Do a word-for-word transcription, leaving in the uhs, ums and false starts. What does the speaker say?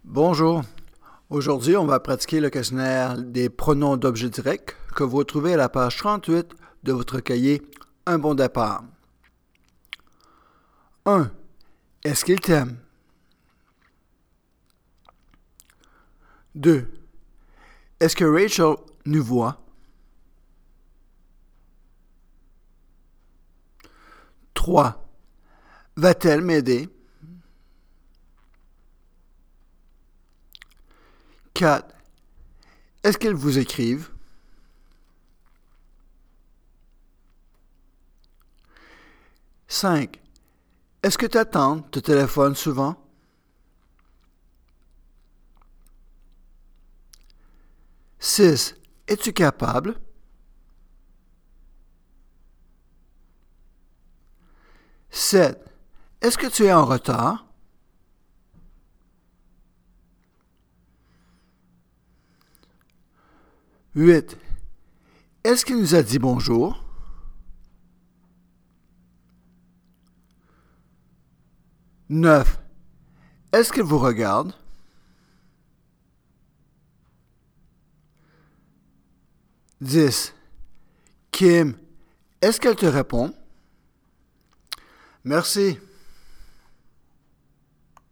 Bonjour. Aujourd'hui, on va pratiquer le questionnaire des pronoms d'objet direct que vous retrouvez à la page trente-huit de votre cahier Un bon départ. un. Est-ce qu'il t'aime? deux. Est-ce que Rachel nous voit? trois. Va-t-elle m'aider? quatre. Est-ce qu'elle vous écrive? cinq. Est-ce que ta tante te téléphone souvent? six. Es-tu capable? sept. Est-ce que tu es en retard? huit. Est-ce qu'il nous a dit bonjour? neuf. Est-ce qu'il vous regarde? dix. Kim, est-ce qu'elle te répond? Merci.